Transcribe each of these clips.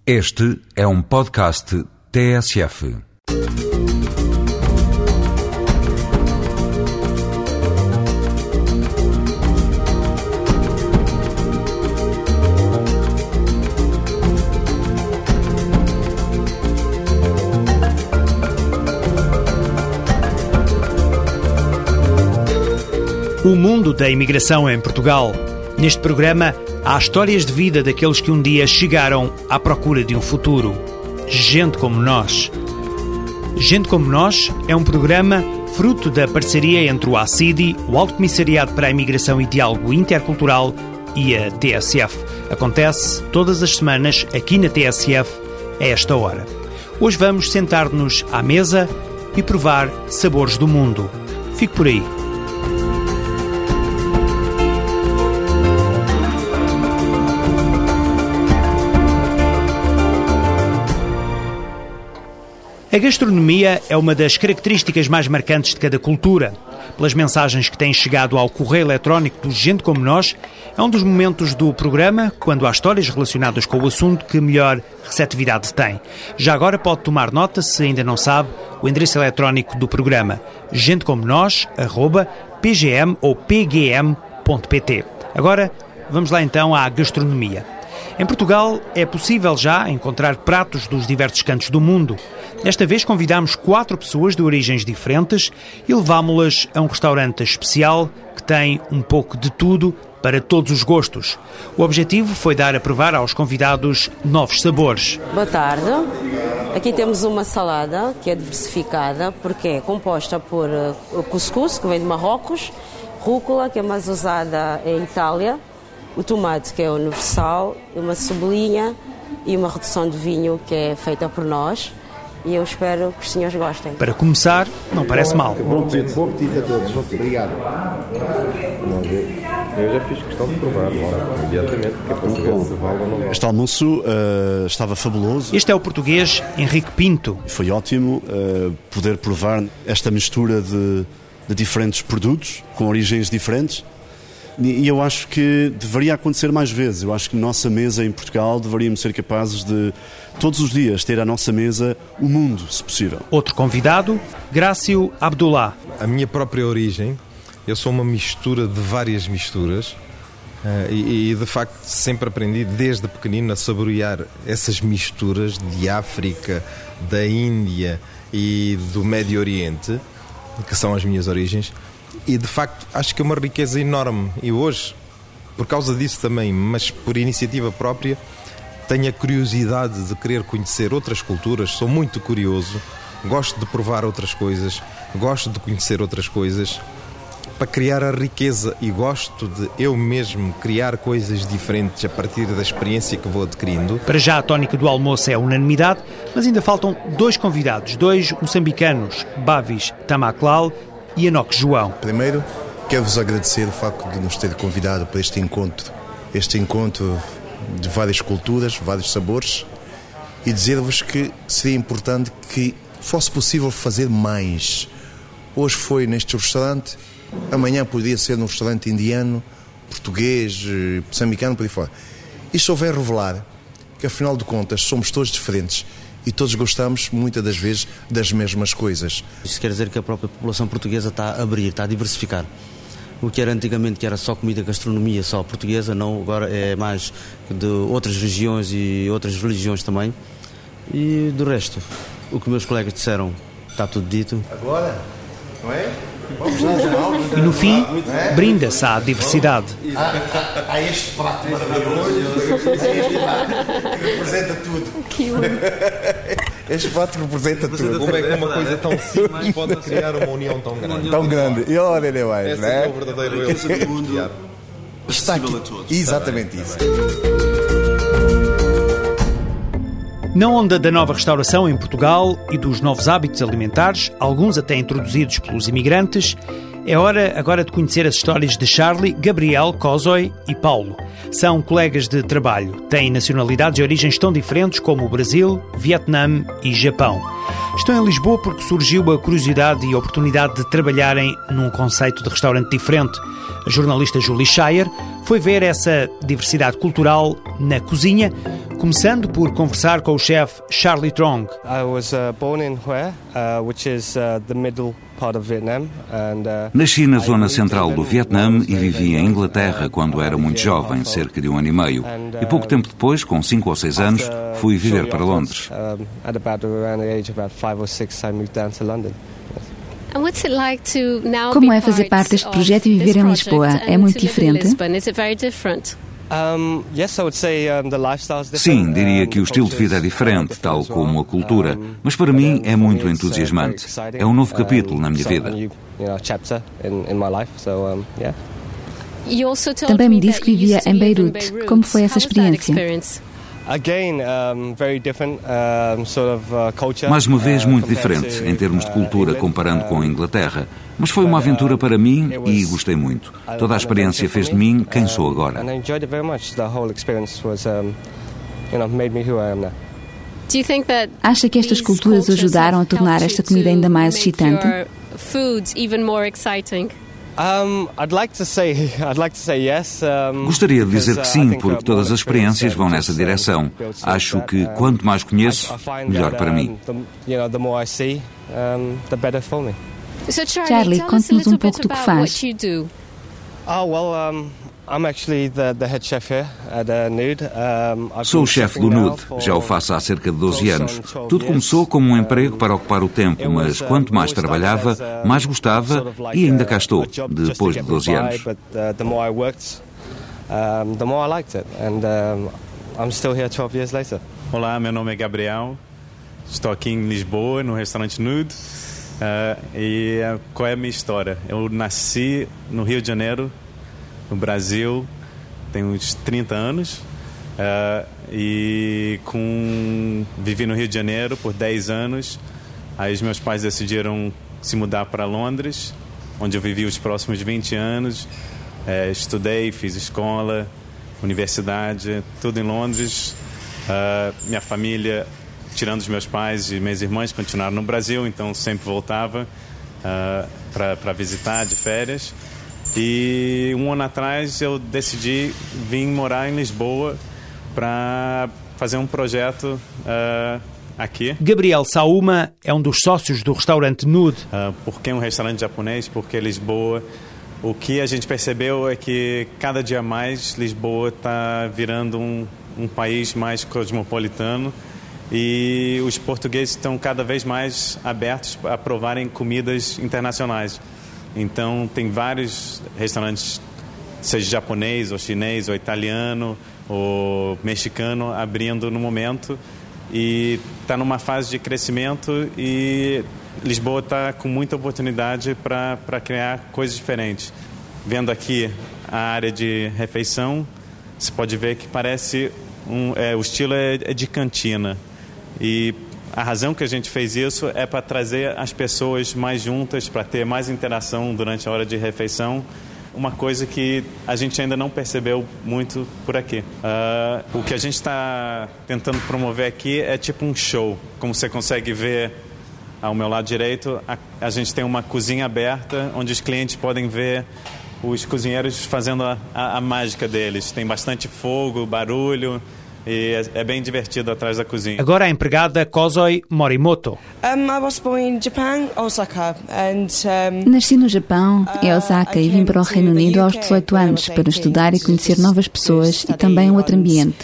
Este é um podcast TSF. O mundo da imigração em Portugal. Neste programa, há histórias de vida daqueles que um dia chegaram à procura de um futuro. Gente como Nós. Gente como Nós é um programa fruto da parceria entre o ACIDI, o Alto Comissariado para a Imigração e Diálogo Intercultural, e a TSF. Acontece todas as semanas aqui na TSF, a esta hora. Hoje vamos sentar-nos à mesa e provar sabores do mundo. Fique por aí. A gastronomia é uma das características mais marcantes de cada cultura. Pelas mensagens que têm chegado ao correio eletrónico do Gente Como Nós, é um dos momentos do programa, quando há histórias relacionadas com o assunto, que melhor receptividade tem. Já agora pode tomar nota, se ainda não sabe, o endereço eletrónico do programa: gentecomonos@pgm ou pgm.pt. Agora, vamos lá então à gastronomia. Em Portugal é possível já encontrar pratos dos diversos cantos do mundo. Desta vez convidámos 4 pessoas de origens diferentes e levámo-las a um restaurante especial que tem um pouco de tudo para todos os gostos. O objetivo foi dar a provar aos convidados novos sabores. Boa tarde. Aqui temos uma salada que é diversificada porque é composta por cuscuz, que vem de Marrocos, rúcula, que é mais usada em Itália, o tomate, que é universal, uma cebolinha e uma redução de vinho que é feita por nós. E eu espero que os senhores gostem. Para começar, não parece mal. Bom apetite a todos. Obrigado. Eu já fiz questão de provar imediatamente, porque é para saber se vale ou não vale. Este almoço estava fabuloso. Este é o português Henrique Pinto. Foi ótimo poder provar esta mistura de diferentes produtos, com origens diferentes. E eu acho que deveria acontecer mais vezes. Eu acho que na nossa mesa em Portugal deveríamos ser capazes de, todos os dias, ter à nossa mesa o mundo, se possível. Outro convidado, Grácio Abdullah. A minha própria origem, eu sou uma mistura de várias misturas e de facto sempre aprendi desde pequenino a saborear essas misturas de África, da Índia e do Médio Oriente, que são as minhas origens. E de facto acho que é uma riqueza enorme. E hoje, por causa disso também, mas por iniciativa própria, tenho a curiosidade de querer conhecer outras culturas. Sou muito curioso, gosto de provar outras coisas, gosto de conhecer outras coisas para criar a riqueza, e gosto de eu mesmo criar coisas diferentes a partir da experiência que vou adquirindo. Para já a tónica do almoço é a unanimidade, mas ainda faltam 2 convidados, 2 moçambicanos, Bavis Tamaclal e Enoque João. Primeiro, quero-vos agradecer o facto de nos ter convidado para este encontro de várias culturas, vários sabores, e dizer-vos que seria importante que fosse possível fazer mais. Hoje foi neste restaurante, amanhã poderia ser num restaurante indiano, português, moçambicano, por aí fora. Isto só vem revelar que, afinal de contas, somos todos diferentes e todos gostamos, muitas das vezes, das mesmas coisas. Isso quer dizer que a própria população portuguesa está a abrir, está a diversificar. O que era antigamente, que era só comida, gastronomia, só portuguesa, não, agora é mais de outras regiões e outras religiões também. E do resto, o que meus colegas disseram, está tudo dito. Agora, não é? E no fim, brinda-se à diversidade. Há este prato maravilhoso, que representa tudo. Este prato representa tudo. Como é que uma coisa tão simples pode criar uma união tão grande? Tão grande. E olha, ele mais, Esse não é? é o verdadeiro eu. Está aqui. Exatamente isso. Na onda da nova restauração em Portugal e dos novos hábitos alimentares, alguns até introduzidos pelos imigrantes, é hora agora de conhecer as histórias de Charlie, Gabriel, Cozoy e Paulo. São colegas de trabalho, têm nacionalidades e origens tão diferentes como o Brasil, Vietnã e Japão. Estão em Lisboa porque surgiu a curiosidade e a oportunidade de trabalharem num conceito de restaurante diferente. A jornalista Julie Shire foi ver essa diversidade cultural na cozinha, começando por conversar com o chefe Charlie Trong. I was born in Hue, which is the middle part of Vietnam. Nasci na zona central do Vietnã e vivi em Inglaterra quando era muito jovem, cerca de 1 ano e meio. E pouco tempo depois, com 5 ou 6 anos, fui viver para Londres. Como é fazer parte deste projeto e viver em Lisboa? É muito diferente? Sim, diria que o estilo de vida é diferente, tal como a cultura, mas para mim é muito entusiasmante. É um novo capítulo na minha vida. Também me disse que vivia em Beirute. Como foi essa experiência? Mais uma vez, muito diferente em termos de cultura comparando com a Inglaterra. Mas foi uma aventura para mim e gostei muito. Toda a experiência fez de mim quem sou agora. Acha que estas culturas ajudaram a tornar esta comida ainda mais excitante? Gostaria de dizer que sim, porque todas as experiências vão nessa direção. Acho que quanto mais conheço, melhor para mim. Charlie, conte-nos um pouco do que faz. Sou o chefe do Nude, já o faço há cerca de 12 anos. Tudo começou como um emprego para ocupar o tempo, mas quanto mais trabalhava, mais gostava e ainda cá estou, depois de 12 anos. Olá, meu nome é Gabriel, estou aqui em Lisboa, no restaurante Nude. E qual é a minha história? Eu nasci no Rio de Janeiro, no Brasil, tenho uns 30 anos e vivi no Rio de Janeiro por 10 anos. Aí os meus pais decidiram se mudar para Londres, onde eu vivi os próximos 20 anos. Estudei, fiz escola, universidade, tudo em Londres. Minha família, tirando os meus pais e minhas irmãs, continuaram no Brasil, então sempre voltava para visitar de férias. E 1 ano atrás eu decidi vir morar em Lisboa para fazer um projeto aqui. Gabriel Sauma é um dos sócios do restaurante Nude. Por que um restaurante japonês? Porque Lisboa, o que a gente percebeu é que cada dia mais Lisboa está virando um país mais cosmopolitano. E os portugueses estão cada vez mais abertos a provarem comidas internacionais. Então, tem vários restaurantes, seja japonês, ou chinês, ou italiano, ou mexicano, abrindo no momento. E está numa fase de crescimento e Lisboa está com muita oportunidade para criar coisas diferentes. Vendo aqui a área de refeição, você pode ver que parece o estilo é de cantina. E a razão que a gente fez isso é para trazer as pessoas mais juntas, para ter mais interação durante a hora de refeição. Uma coisa que a gente ainda não percebeu muito por aqui. O que a gente está tentando promover aqui é tipo um show. Como você consegue ver ao meu lado direito, a gente tem uma cozinha aberta, onde os clientes podem ver os cozinheiros fazendo a mágica deles. Tem bastante fogo, barulho. E é bem divertido atrás da cozinha. Agora a empregada Kozoi Morimoto. Nasci no Japão, em Osaka, e vim para o Reino Unido aos 18 anos para estudar e conhecer novas pessoas e também outro ambiente.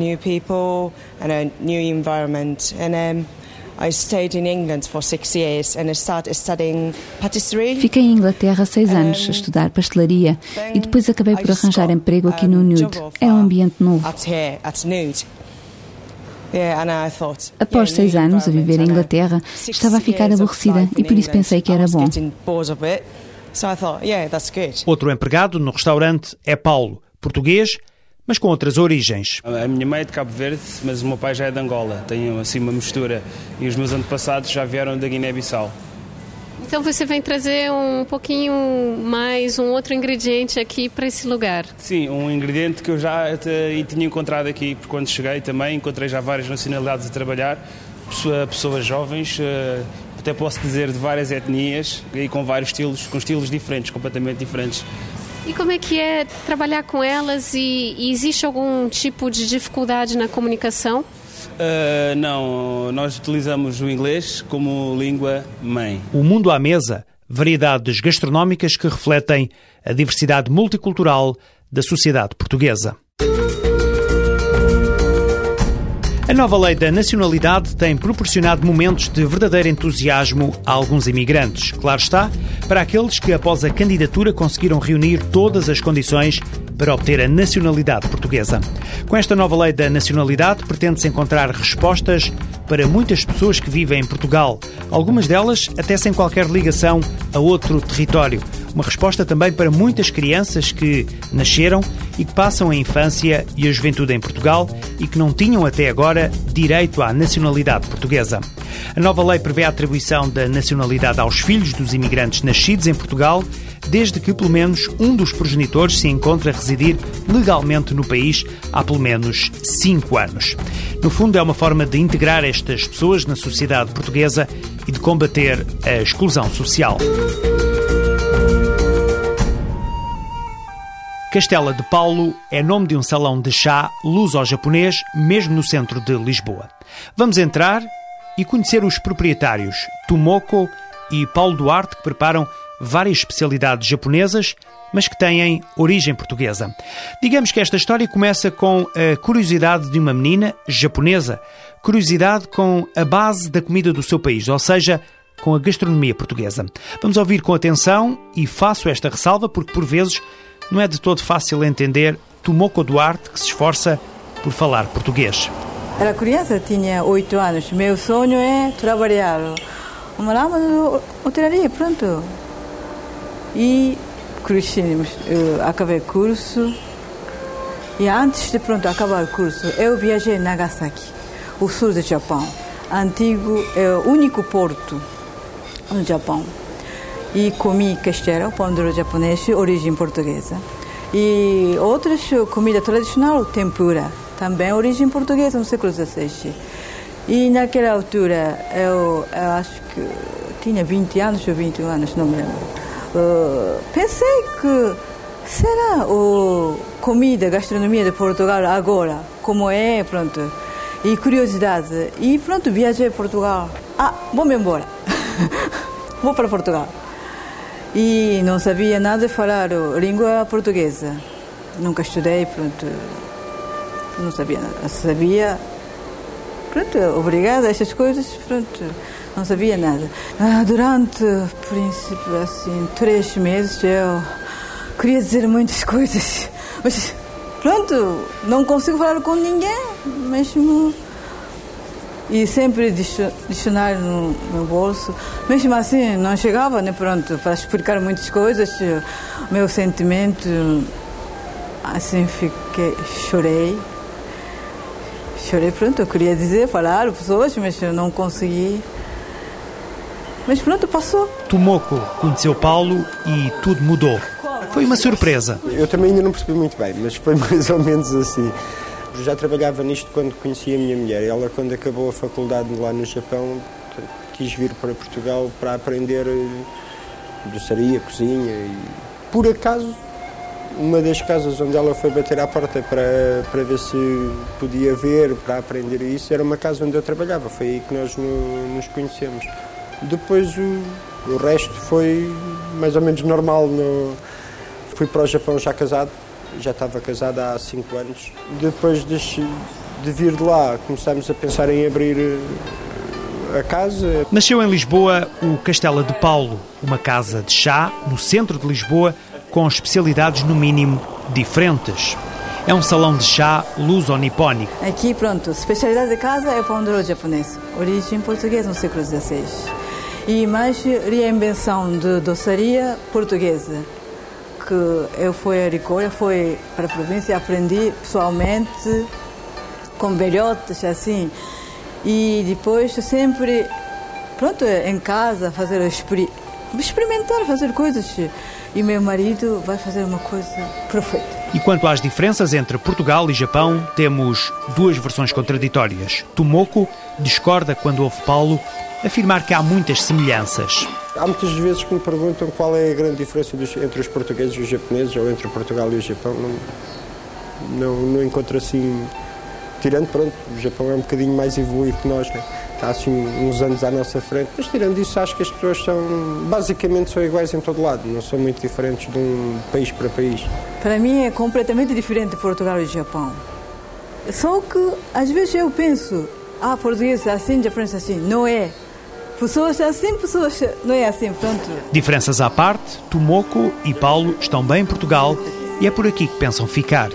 Fiquei em Inglaterra 6 anos a estudar pastelaria e depois acabei por arranjar emprego aqui no Nude. É um ambiente novo. Após 6 anos a viver em Inglaterra, estava a ficar aborrecida e por isso pensei que era bom. Outro empregado no restaurante é Paulo, português, mas com outras origens. A minha mãe é de Cabo Verde, mas o meu pai já é de Angola. Tenho assim uma mistura. E os meus antepassados já vieram da Guiné-Bissau. Então você vem trazer um pouquinho mais, um outro ingrediente aqui para esse lugar. Sim, um ingrediente que eu já tinha encontrado aqui, porque quando cheguei também encontrei já várias nacionalidades a trabalhar, pessoas jovens, até posso dizer de várias etnias e com vários estilos, com estilos diferentes, completamente diferentes. E como é que é trabalhar com elas e existe algum tipo de dificuldade na comunicação? Não, nós utilizamos o inglês como língua mãe. O Mundo à Mesa, variedades gastronómicas que refletem a diversidade multicultural da sociedade portuguesa. A nova lei da nacionalidade tem proporcionado momentos de verdadeiro entusiasmo a alguns imigrantes. Claro está, para aqueles que, após a candidatura, conseguiram reunir todas as condições para obter a nacionalidade portuguesa. Com esta nova lei da nacionalidade, pretende-se encontrar respostas para muitas pessoas que vivem em Portugal, algumas delas até sem qualquer ligação a outro território. Uma resposta também para muitas crianças que nasceram e que passam a infância e a juventude em Portugal e que não tinham até agora direito à nacionalidade portuguesa. A nova lei prevê a atribuição da nacionalidade aos filhos dos imigrantes nascidos em Portugal, desde que pelo menos um dos progenitores se encontre a residir legalmente no país há pelo menos 5 anos. No fundo, é uma forma de integrar estas pessoas na sociedade portuguesa e de combater a exclusão social. Castela de Paulo é nome de um salão de chá luso-japonês, mesmo no centro de Lisboa. Vamos entrar e conhecer os proprietários, Tomoko e Paulo Duarte, que preparam várias especialidades japonesas, mas que têm origem portuguesa. Digamos que esta história começa com a curiosidade de uma menina japonesa, curiosidade com a base da comida do seu país, ou seja, com a gastronomia portuguesa. Vamos ouvir com atenção e faço esta ressalva porque, por vezes, não é de todo fácil entender Tomoko Duarte, que se esforça por falar português. Era criança, tinha 8 anos. Meu sonho é trabalhar uma rama de hotelaria, pronto. E acabei o curso. E antes de acabar o curso, eu viajei a Nagasaki, o sul do Japão. Antigo, é o único porto no Japão. E comi castelo, pão duro japonês, origem portuguesa. E outras comida tradicional, tempura, também origem portuguesa no século XVI. E naquela altura, eu acho que tinha 20 anos ou 21 anos, não me lembro. Pensei que será a comida, gastronomia de Portugal agora, como é, pronto. E curiosidade. E pronto, viajei a Portugal. Vou-me embora. Vou para Portugal. E não sabia nada de falar língua portuguesa. Nunca estudei, pronto. Não sabia nada. Sabia, pronto, obrigada, essas coisas, pronto. Não sabia nada. Durante, princípio, assim, 3 meses, eu queria dizer muitas coisas. Mas, pronto, não consigo falar com ninguém, mesmo. E sempre dicionário no meu bolso. Mesmo assim, não chegava, né, pronto, para explicar muitas coisas. Meu sentimento, assim, chorei, pronto, eu queria dizer, falar pessoas, mas eu não consegui. Mas pronto, passou. Tomoko conheceu Paulo e tudo mudou. Foi uma surpresa. Eu também ainda não percebi muito bem, mas foi mais ou menos assim. Eu já trabalhava nisto quando conheci a minha mulher. Ela, quando acabou a faculdade lá no Japão, quis vir para Portugal para aprender doçaria, cozinha. E, por acaso, uma das casas onde ela foi bater à porta para ver se podia ver, para aprender isso, era uma casa onde eu trabalhava. Foi aí que nós nos conhecemos. Depois o resto foi mais ou menos normal. Fui para o Japão já casado. Já estava casado há 5 anos. Depois de vir de lá, começámos a pensar em abrir a casa. Nasceu em Lisboa o Castela de Paulo, uma casa de chá no centro de Lisboa com especialidades no mínimo diferentes. É um salão de chá luso-nipónico. Aqui, pronto, a especialidade da casa é o pão duro japonês, origem portuguesa no século XVI. E mais reinvenção de doçaria portuguesa. Que eu fui a Ricola, fui para a província, aprendi pessoalmente com velhotes, assim. E depois sempre, pronto, em casa, experimentar, fazer coisas. E meu marido vai fazer uma coisa perfeita. E quanto às diferenças entre Portugal e Japão, temos duas versões contraditórias. Tomoko discorda quando ouve Paulo afirmar que há muitas semelhanças. Há muitas vezes que me perguntam qual é a grande diferença entre os portugueses e os japoneses, ou entre Portugal e o Japão. Não encontro assim... Tirando, pronto, o Japão é um bocadinho mais evoluído que nós, né? Está assim uns anos à nossa frente, mas tirando isso acho que as pessoas basicamente são iguais em todo lado, não são muito diferentes de um país para país. Para mim é completamente diferente Portugal e Japão. Só que às vezes eu penso, português é assim, japonês é assim. Não é. Pessoas assim, pessoas não é assim, pronto. Diferenças à parte, Tomoko e Paulo estão bem em Portugal e é por aqui que pensam ficar.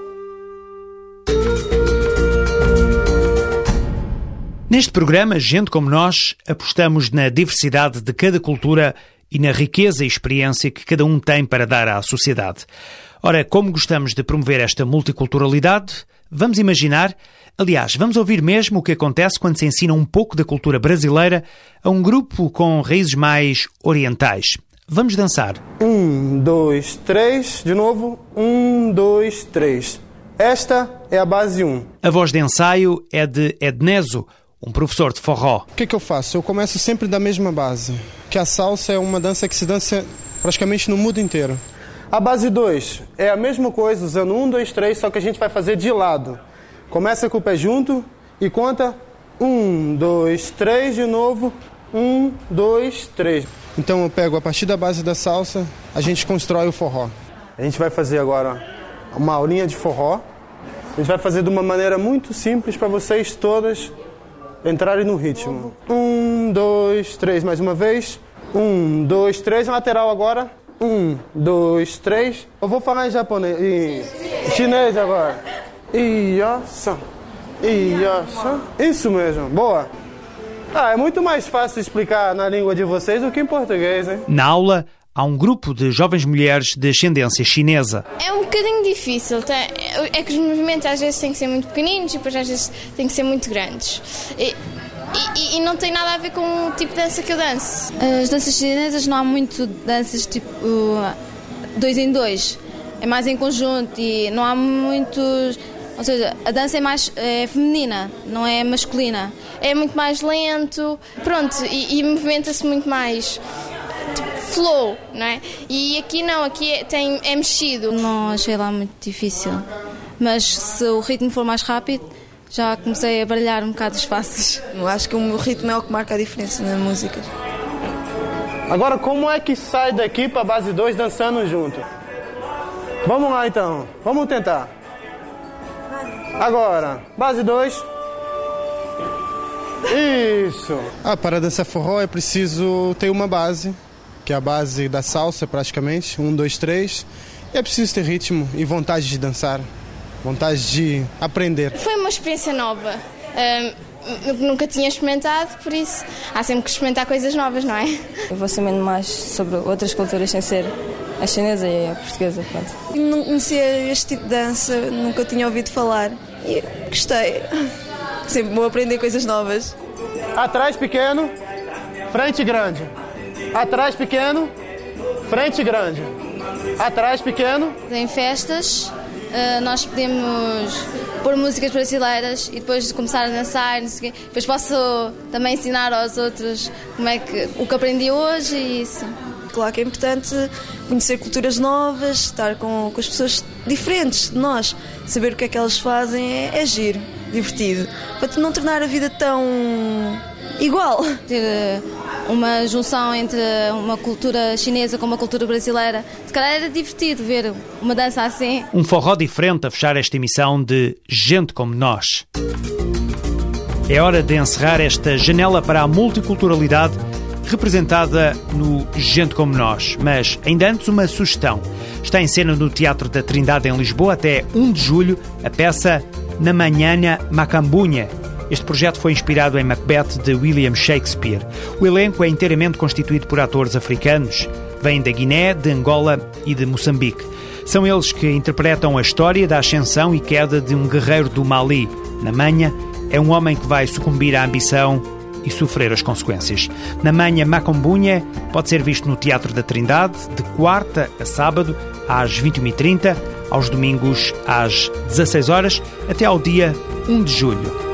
Neste programa, Gente Como Nós, apostamos na diversidade de cada cultura e na riqueza e experiência que cada um tem para dar à sociedade. Ora, como gostamos de promover esta multiculturalidade, vamos imaginar, aliás, vamos ouvir mesmo o que acontece quando se ensina um pouco da cultura brasileira a um grupo com raízes mais orientais. Vamos dançar. 1, 2, 3, de novo. 1, 2, 3. Esta é a base 1. A voz de ensaio é de Edneso, um professor de forró. O que eu faço? Eu começo sempre da mesma base, que a salsa é uma dança que se dança praticamente no mundo inteiro. A base 2 é a mesma coisa, usando 1, 2, 3, só que a gente vai fazer de lado. Começa com o pé junto e conta 1, 2, 3, de novo. 1, 2, 3. Então eu pego a partir da base da salsa, a gente constrói o forró. A gente vai fazer agora uma aulinha de forró. A gente vai fazer de uma maneira muito simples para vocês todas entrarem no ritmo. 1, 2, 3, mais uma vez. 1, 2, 3, lateral agora. 1, 2, 3. Eu vou falar em japonês, em chinês agora. Iyo-san, iyo-san. Isso mesmo, boa. É muito mais fácil explicar na língua de vocês do que em português, hein? Na aula, há um grupo de jovens mulheres de ascendência chinesa. É um bocadinho difícil, é que os movimentos às vezes têm que ser muito pequeninos e depois às vezes têm que ser muito grandes. E não tem nada a ver com o tipo de dança que eu danço. As danças chinesas não há muito danças tipo 2 em 2. É mais em conjunto e não há muitos... Ou seja, a dança é mais feminina, não é masculina. É muito mais lento, pronto, e movimenta-se muito mais... flow, não é? E aqui não, aqui é mexido. Não achei lá muito difícil, mas se o ritmo for mais rápido, já comecei a baralhar um bocado os passos. Eu acho que o ritmo é o que marca a diferença na música. Agora, como é que sai daqui para a base 2 dançando junto? Vamos lá então, vamos tentar. Agora, base 2. Isso. Para dançar forró é preciso ter uma base, que é a base da salsa praticamente, 1, 2, 3. E é preciso ter ritmo e vontade de dançar, vontade de aprender. Foi uma experiência nova, nunca tinha experimentado, por isso há sempre que experimentar coisas novas, não é? Eu vou sabendo mais sobre outras culturas sem ser a chinesa e a portuguesa, pronto. Não conhecia este tipo de dança, nunca tinha ouvido falar e gostei. Sempre vou aprender coisas novas. Atrás pequeno, frente grande. Atrás pequeno, frente grande. Atrás pequeno. Em festas, nós podemos pôr músicas brasileiras e depois começar a dançar, não sei o quê. Depois posso também ensinar aos outros o que aprendi hoje e isso. Claro que é importante conhecer culturas novas, estar com as pessoas diferentes de nós, saber o que é que elas fazem é giro, divertido, para não tornar a vida tão igual. Ter uma junção entre uma cultura chinesa com uma cultura brasileira, se calhar era divertido ver uma dança assim. Um forró diferente a fechar esta emissão de Gente Como Nós. É hora de encerrar esta janela para a multiculturalidade representada no Gente Como Nós. Mas, ainda antes, uma sugestão. Está em cena no Teatro da Trindade, em Lisboa, até 1 de julho, a peça Na Manhã Macambunha. Este projeto foi inspirado em Macbeth, de William Shakespeare. O elenco é inteiramente constituído por atores africanos. Vêm da Guiné, de Angola e de Moçambique. São eles que interpretam a história da ascensão e queda de um guerreiro do Mali. Na Manhã, é um homem que vai sucumbir à ambição e sofrer as consequências. Na Manhã Macambunha pode ser visto no Teatro da Trindade, de quarta a sábado, às 21h30, aos domingos às 16 horas, até ao dia 1 de julho.